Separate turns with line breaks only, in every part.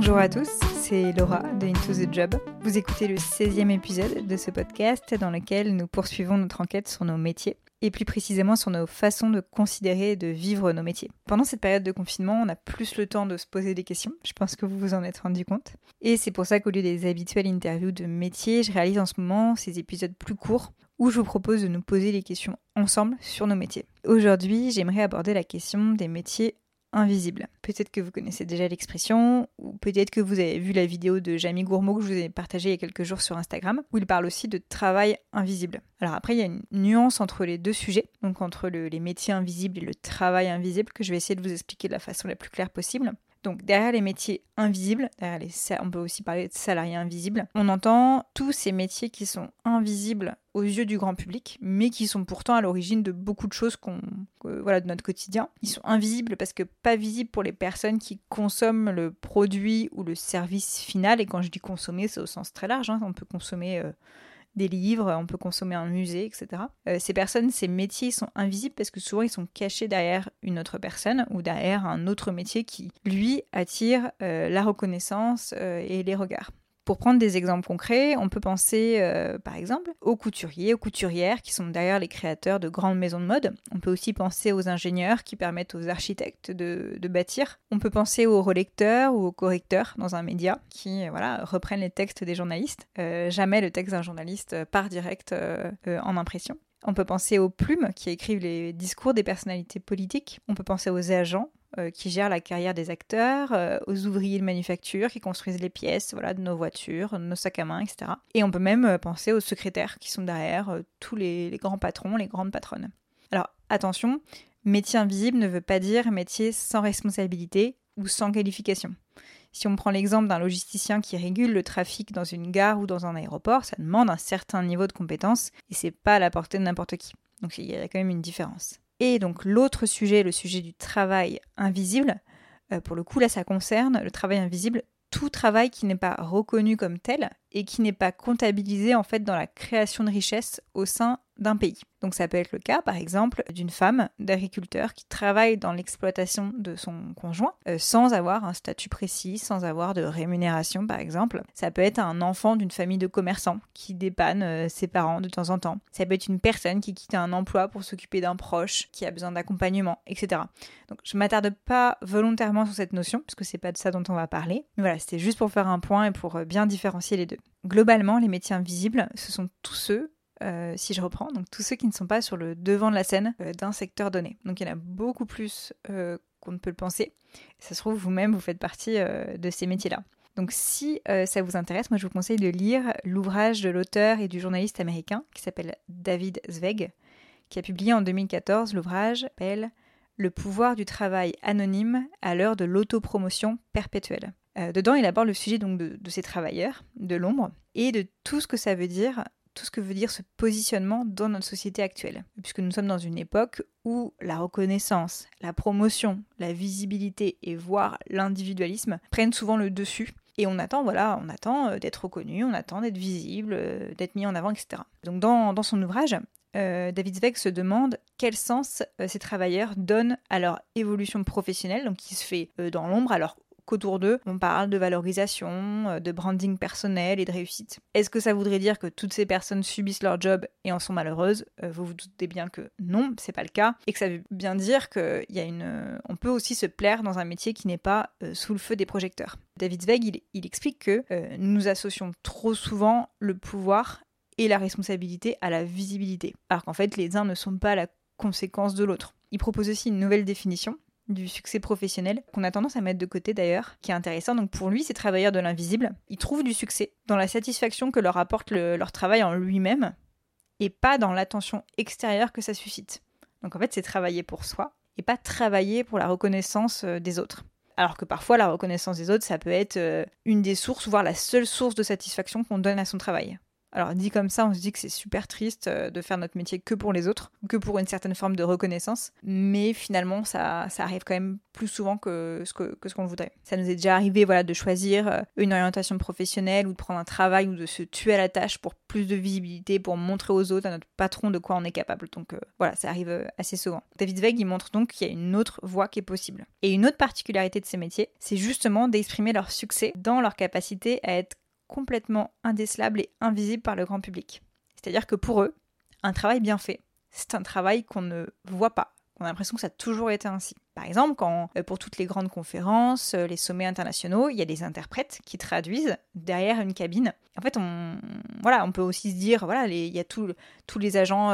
Bonjour à tous, c'est Laura de Into the Job. Vous écoutez le 16e épisode de ce podcast dans lequel nous poursuivons notre enquête sur nos métiers et plus précisément sur nos façons de considérer et de vivre nos métiers. Pendant cette période de confinement, on a plus le temps de se poser des questions, je pense que vous vous en êtes rendu compte. Et c'est pour ça qu'au lieu des habituelles interviews de métiers, je réalise en ce moment ces épisodes plus courts où je vous propose de nous poser les questions ensemble sur nos métiers. Aujourd'hui, j'aimerais aborder la question des métiers invisible. Peut-être que vous connaissez déjà l'expression, ou peut-être que vous avez vu la vidéo de Jamie Gourmaud que je vous ai partagée il y a quelques jours sur Instagram, où il parle aussi de travail invisible. Alors après, il y a une nuance entre les deux sujets, donc entre les métiers invisibles et le travail invisible, que je vais essayer de vous expliquer de la façon la plus claire possible. Donc derrière les métiers invisibles, on peut aussi parler de salariés invisibles, on entend tous ces métiers qui sont invisibles aux yeux du grand public, mais qui sont pourtant à l'origine de beaucoup de choses de notre quotidien. Ils sont invisibles parce que pas visibles pour les personnes qui consomment le produit ou le service final, et quand je dis consommer, c'est au sens très large, on peut consommer des livres, on peut consommer un musée, etc. Ces métiers sont invisibles parce que souvent ils sont cachés derrière une autre personne ou derrière un autre métier qui, lui, attire la reconnaissance et les regards. Pour prendre des exemples concrets, on peut penser par exemple aux couturiers, aux couturières qui sont derrière les créateurs de grandes maisons de mode. On peut aussi penser aux ingénieurs qui permettent aux architectes de bâtir. On peut penser aux relecteurs ou aux correcteurs dans un média qui reprennent les textes des journalistes. Jamais le texte d'un journaliste part direct en impression. On peut penser aux plumes qui écrivent les discours des personnalités politiques. On peut penser aux agents qui gèrent la carrière des acteurs, aux ouvriers de manufacture qui construisent les pièces de nos voitures, de nos sacs à main, etc. Et on peut même penser aux secrétaires qui sont derrière tous les grands patrons, les grandes patronnes. Alors attention, métier invisible ne veut pas dire métier sans responsabilité ou sans qualification. Si on prend l'exemple d'un logisticien qui régule le trafic dans une gare ou dans un aéroport, ça demande un certain niveau de compétence et c'est pas à la portée de n'importe qui. Donc il y a quand même une différence. Et donc l'autre sujet, le sujet du travail invisible, pour le coup là ça concerne le travail invisible, tout travail qui n'est pas reconnu comme tel et qui n'est pas comptabilisé en fait dans la création de richesse au sein d'un pays. Donc ça peut être le cas par exemple d'une femme d'agriculteur qui travaille dans l'exploitation de son conjoint sans avoir un statut précis, sans avoir de rémunération par exemple. Ça peut être un enfant d'une famille de commerçants qui dépanne ses parents de temps en temps. Ça peut être une personne qui quitte un emploi pour s'occuper d'un proche qui a besoin d'accompagnement, etc. Donc je m'attarde pas volontairement sur cette notion parce que c'est pas de ça dont on va parler. Mais voilà, c'était juste pour faire un point et pour bien différencier les deux. Globalement, les métiers invisibles, ce sont tous ceux si je reprends, donc tous ceux qui ne sont pas sur le devant de la scène d'un secteur donné. Donc il y en a beaucoup plus qu'on ne peut le penser. Ça se trouve, vous-même, vous faites partie de ces métiers-là. Donc si ça vous intéresse, moi je vous conseille de lire l'ouvrage de l'auteur et du journaliste américain qui s'appelle David Zweig, qui a publié en 2014 l'ouvrage qui s'appelle « Le pouvoir du travail anonyme à l'heure de l'autopromotion perpétuelle ». Dedans, il aborde le sujet donc de ces travailleurs, de l'ombre, et de tout ce que ça veut dire, tout ce que veut dire ce positionnement dans notre société actuelle. Puisque nous sommes dans une époque où la reconnaissance, la promotion, la visibilité et voire l'individualisme prennent souvent le dessus. Et on attend d'être reconnu, on attend d'être visible, d'être mis en avant, etc. Donc dans son ouvrage, David Zweig se demande quel sens ces travailleurs donnent à leur évolution professionnelle, donc qui se fait dans l'ombre, alors qu'autour d'eux, on parle de valorisation, de branding personnel et de réussite. Est-ce que ça voudrait dire que toutes ces personnes subissent leur job et en sont malheureuses ? Vous vous doutez bien que non, c'est pas le cas, et que ça veut bien dire on peut aussi se plaire dans un métier qui n'est pas sous le feu des projecteurs. David Zweig, il explique que nous associons trop souvent le pouvoir et la responsabilité à la visibilité, alors qu'en fait les uns ne sont pas la conséquence de l'autre. Il propose aussi une nouvelle définition du succès professionnel, qu'on a tendance à mettre de côté d'ailleurs, qui est intéressant. Donc pour lui, ces travailleurs de l'invisible, ils trouvent du succès dans la satisfaction que leur apporte leur travail en lui-même, et pas dans l'attention extérieure que ça suscite. Donc en fait, c'est travailler pour soi, et pas travailler pour la reconnaissance des autres. Alors que parfois, la reconnaissance des autres, ça peut être une des sources, voire la seule source de satisfaction qu'on donne à son travail. Alors dit comme ça, on se dit que c'est super triste de faire notre métier que pour les autres, que pour une certaine forme de reconnaissance, mais finalement ça arrive quand même plus souvent que ce qu'on voudrait. Ça nous est déjà arrivé de choisir une orientation professionnelle ou de prendre un travail ou de se tuer à la tâche pour plus de visibilité, pour montrer aux autres, à notre patron de quoi on est capable. Donc ça arrive assez souvent. David Zweig, il montre donc qu'il y a une autre voie qui est possible. Et une autre particularité de ces métiers, c'est justement d'exprimer leur succès dans leur capacité à être complètement indécelable et invisible par le grand public. C'est-à-dire que pour eux, un travail bien fait, c'est un travail qu'on ne voit pas. On a l'impression que ça a toujours été ainsi. Par exemple, quand pour toutes les grandes conférences, les sommets internationaux, il y a des interprètes qui traduisent derrière une cabine. En fait, on peut aussi se dire, il y a tous les agents,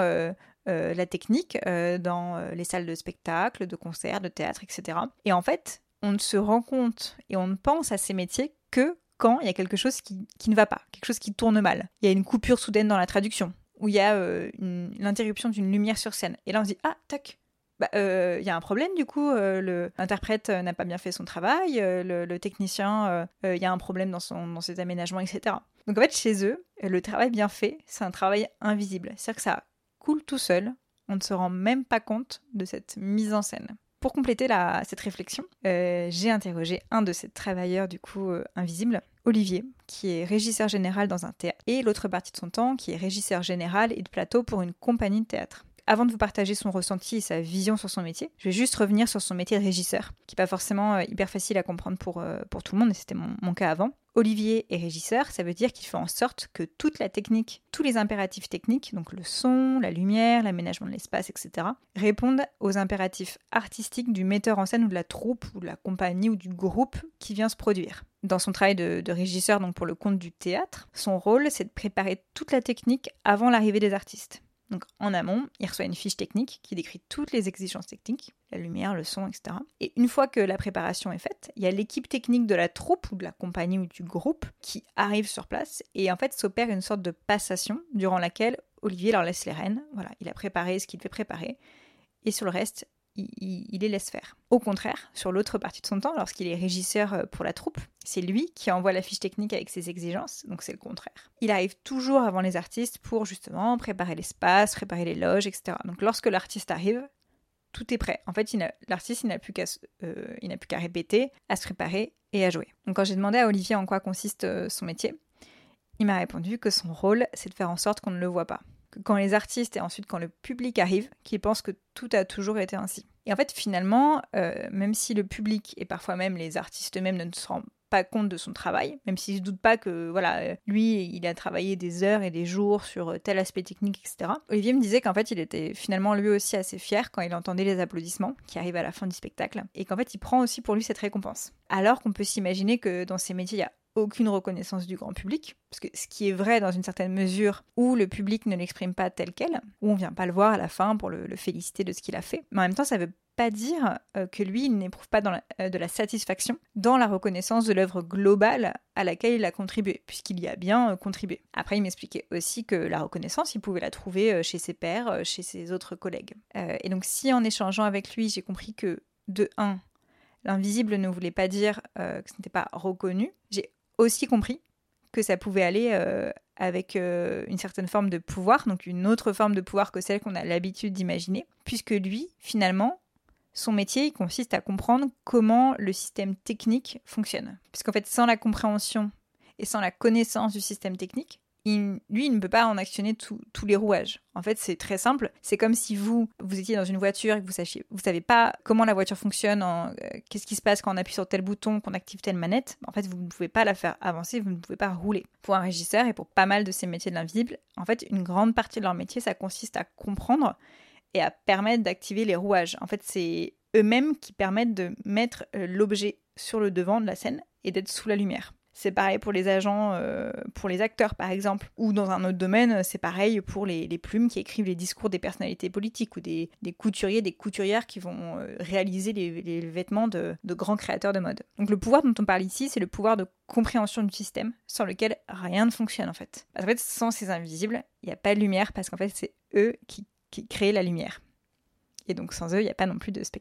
la technique dans les salles de spectacle, de concerts, de théâtre, etc. Et en fait, on ne se rend compte et on ne pense à ces métiers que quand il y a quelque chose qui ne va pas, quelque chose qui tourne mal. Il y a une coupure soudaine dans la traduction, ou il y a l'interruption d'une lumière sur scène. Et là, on se dit, ah, tac, il y a un problème du coup, l'interprète n'a pas bien fait son travail, le technicien, il y a un problème dans ses aménagements, etc. Donc en fait, chez eux, le travail bien fait, c'est un travail invisible. C'est-à-dire que ça coule tout seul, on ne se rend même pas compte de cette mise en scène. Pour compléter cette réflexion, j'ai interrogé un de ces travailleurs du coup invisibles, Olivier, qui est régisseur général dans un théâtre, et l'autre partie de son temps, qui est régisseur général et de plateau pour une compagnie de théâtre. Avant de vous partager son ressenti et sa vision sur son métier, je vais juste revenir sur son métier de régisseur, qui n'est pas forcément hyper facile à comprendre pour tout le monde, et c'était mon cas avant. Olivier est régisseur, ça veut dire qu'il fait en sorte que toute la technique, tous les impératifs techniques, donc le son, la lumière, l'aménagement de l'espace, etc., répondent aux impératifs artistiques du metteur en scène ou de la troupe ou de la compagnie ou du groupe qui vient se produire. Dans son travail de régisseur, donc pour le compte du théâtre, son rôle, c'est de préparer toute la technique avant l'arrivée des artistes. Donc en amont, il reçoit une fiche technique qui décrit toutes les exigences techniques, la lumière, le son, etc. Et une fois que la préparation est faite, il y a l'équipe technique de la troupe ou de la compagnie ou du groupe qui arrive sur place et en fait s'opère une sorte de passation durant laquelle Olivier leur laisse les rênes. Voilà, il a préparé ce qu'il devait préparer et sur le reste, il les laisse faire. Au contraire, sur l'autre partie de son temps, lorsqu'il est régisseur pour la troupe, c'est lui qui envoie la fiche technique avec ses exigences, donc c'est le contraire. Il arrive toujours avant les artistes pour justement préparer l'espace, préparer les loges, etc. Donc lorsque l'artiste arrive, tout est prêt. En fait, l'artiste n'a plus qu'à répéter, à se préparer et à jouer. Donc quand j'ai demandé à Olivier en quoi consiste son métier, il m'a répondu que son rôle, c'est de faire en sorte qu'on ne le voit pas. Quand les artistes et ensuite quand le public arrive, qu'ils pensent que tout a toujours été ainsi. Et en fait, finalement, même si le public et parfois même les artistes eux-mêmes ne se rendent pas compte de son travail, même s'ils ne se doutent pas que lui, il a travaillé des heures et des jours sur tel aspect technique, etc. Olivier me disait qu'en fait, il était finalement lui aussi assez fier quand il entendait les applaudissements qui arrivent à la fin du spectacle et qu'en fait, il prend aussi pour lui cette récompense. Alors qu'on peut s'imaginer que dans ces métiers, il y a aucune reconnaissance du grand public, parce que ce qui est vrai dans une certaine mesure où le public ne l'exprime pas tel quel, où on vient pas le voir à la fin pour le féliciter de ce qu'il a fait. Mais en même temps, ça veut pas dire que lui, il n'éprouve pas de la satisfaction dans la reconnaissance de l'œuvre globale à laquelle il a contribué, puisqu'il y a bien contribué. Après, il m'expliquait aussi que la reconnaissance, il pouvait la trouver chez ses pairs, chez ses autres collègues. Et donc, si en échangeant avec lui, j'ai compris que, de 1, l'invisible ne voulait pas dire que ce n'était pas reconnu, j'ai aussi compris que ça pouvait aller avec une certaine forme de pouvoir, donc une autre forme de pouvoir que celle qu'on a l'habitude d'imaginer, puisque lui, finalement, son métier il consiste à comprendre comment le système technique fonctionne. Puisqu'en fait, sans la compréhension et sans la connaissance du système technique, il ne peut pas en actionner tous les rouages. En fait, c'est très simple. C'est comme si vous étiez dans une voiture et que vous savez pas comment la voiture fonctionne, qu'est-ce qui se passe quand on appuie sur tel bouton, qu'on active telle manette. En fait, vous ne pouvez pas la faire avancer, vous ne pouvez pas rouler. Pour un régisseur et pour pas mal de ces métiers de l'invisible, en fait, une grande partie de leur métier, ça consiste à comprendre et à permettre d'activer les rouages. En fait, c'est eux-mêmes qui permettent de mettre l'objet sur le devant de la scène et d'être sous la lumière. C'est pareil pour les agents, pour les acteurs par exemple, ou dans un autre domaine, c'est pareil pour les plumes qui écrivent les discours des personnalités politiques ou des couturiers, des couturières qui vont réaliser les vêtements de grands créateurs de mode. Donc le pouvoir dont on parle ici, c'est le pouvoir de compréhension du système sans lequel rien ne fonctionne en fait. En fait, sans ces invisibles, il n'y a pas de lumière parce qu'en fait, c'est eux qui créent la lumière. Et donc sans eux, il n'y a pas non plus de spectacle.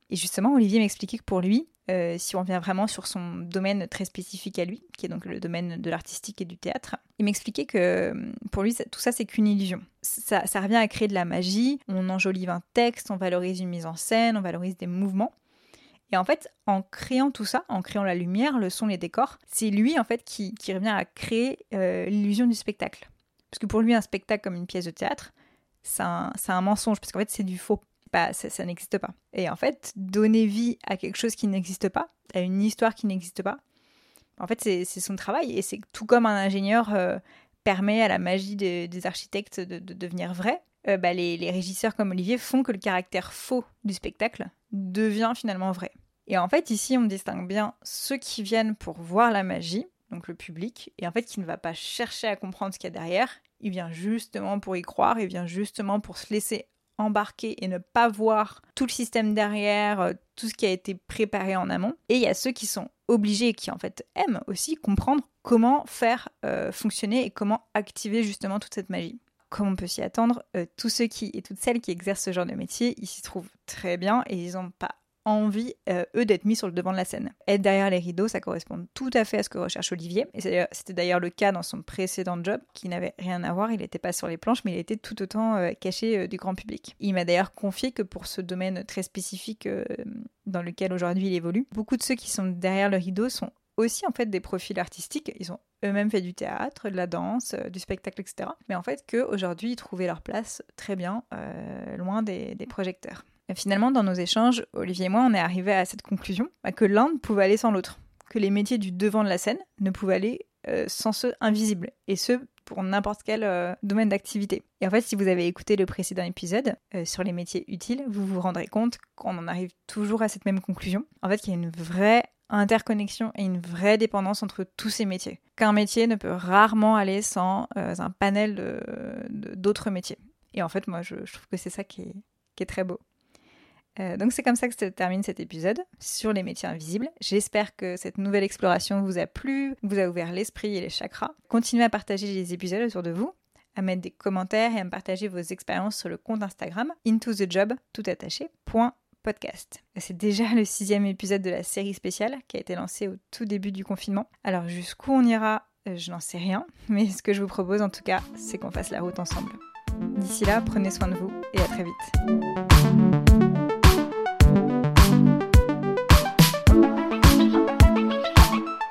Et justement, Olivier m'expliquait que pour lui, si on revient vraiment sur son domaine très spécifique à lui, qui est donc le domaine de l'artistique et du théâtre, il m'expliquait que pour lui, tout ça, c'est qu'une illusion. Ça revient à créer de la magie, on enjolive un texte, on valorise une mise en scène, on valorise des mouvements. Et en fait, en créant tout ça, en créant la lumière, le son, les décors, c'est lui en fait qui revient à créer l'illusion du spectacle. Parce que pour lui, un spectacle comme une pièce de théâtre, c'est un mensonge, parce qu'en fait, c'est du faux. Ça n'existe pas. Et en fait, donner vie à quelque chose qui n'existe pas, à une histoire qui n'existe pas, en fait, c'est son travail. Et c'est tout comme un ingénieur permet à la magie des architectes de devenir vraie, les régisseurs comme Olivier font que le caractère faux du spectacle devient finalement vrai. Et en fait, ici, on distingue bien ceux qui viennent pour voir la magie, donc le public, et en fait, qui ne va pas chercher à comprendre ce qu'il y a derrière. Il vient justement pour y croire, il vient justement pour se laisser embarquer et ne pas voir tout le système derrière, tout ce qui a été préparé en amont. Et il y a ceux qui sont obligés et qui en fait aiment aussi comprendre comment faire fonctionner et comment activer justement toute cette magie. Comme on peut s'y attendre, tous ceux et toutes celles qui exercent ce genre de métier, ils s'y trouvent très bien et ils n'ont pas envie, eux, d'être mis sur le devant de la scène. Être derrière les rideaux, ça correspond tout à fait à ce que recherche Olivier. Et c'était d'ailleurs le cas dans son précédent job, qui n'avait rien à voir. Il n'était pas sur les planches, mais il était tout autant caché du grand public. Il m'a d'ailleurs confié que pour ce domaine très spécifique dans lequel aujourd'hui il évolue, beaucoup de ceux qui sont derrière le rideau sont aussi en fait des profils artistiques. Ils ont eux-mêmes fait du théâtre, de la danse, du spectacle, etc. Mais en fait qu'aujourd'hui, ils trouvaient leur place très bien, loin des projecteurs. Et finalement, dans nos échanges, Olivier et moi, on est arrivés à cette conclusion que l'un ne pouvait aller sans l'autre, que les métiers du devant de la scène ne pouvaient aller sans ceux invisibles, et ce, pour n'importe quel domaine d'activité. Et en fait, si vous avez écouté le précédent épisode sur les métiers utiles, vous vous rendrez compte qu'on en arrive toujours à cette même conclusion. En fait, qu'il y a une vraie interconnexion et une vraie dépendance entre tous ces métiers. Qu'un métier ne peut rarement aller sans un panel d'autres métiers. Et en fait, moi, je trouve que c'est ça qui est très beau. Donc c'est comme ça que se termine cet épisode sur les métiers invisibles. J'espère que cette nouvelle exploration vous a plu, vous a ouvert l'esprit et les chakras. Continuez à partager les épisodes autour de vous, à mettre des commentaires et à me partager vos expériences sur le compte Instagram intothejob, _podcast. C'est déjà le 6e épisode de la série spéciale qui a été lancée au tout début du confinement. Alors jusqu'où on ira, je n'en sais rien, mais ce que je vous propose en tout cas, c'est qu'on fasse la route ensemble. D'ici là, prenez soin de vous et à très vite.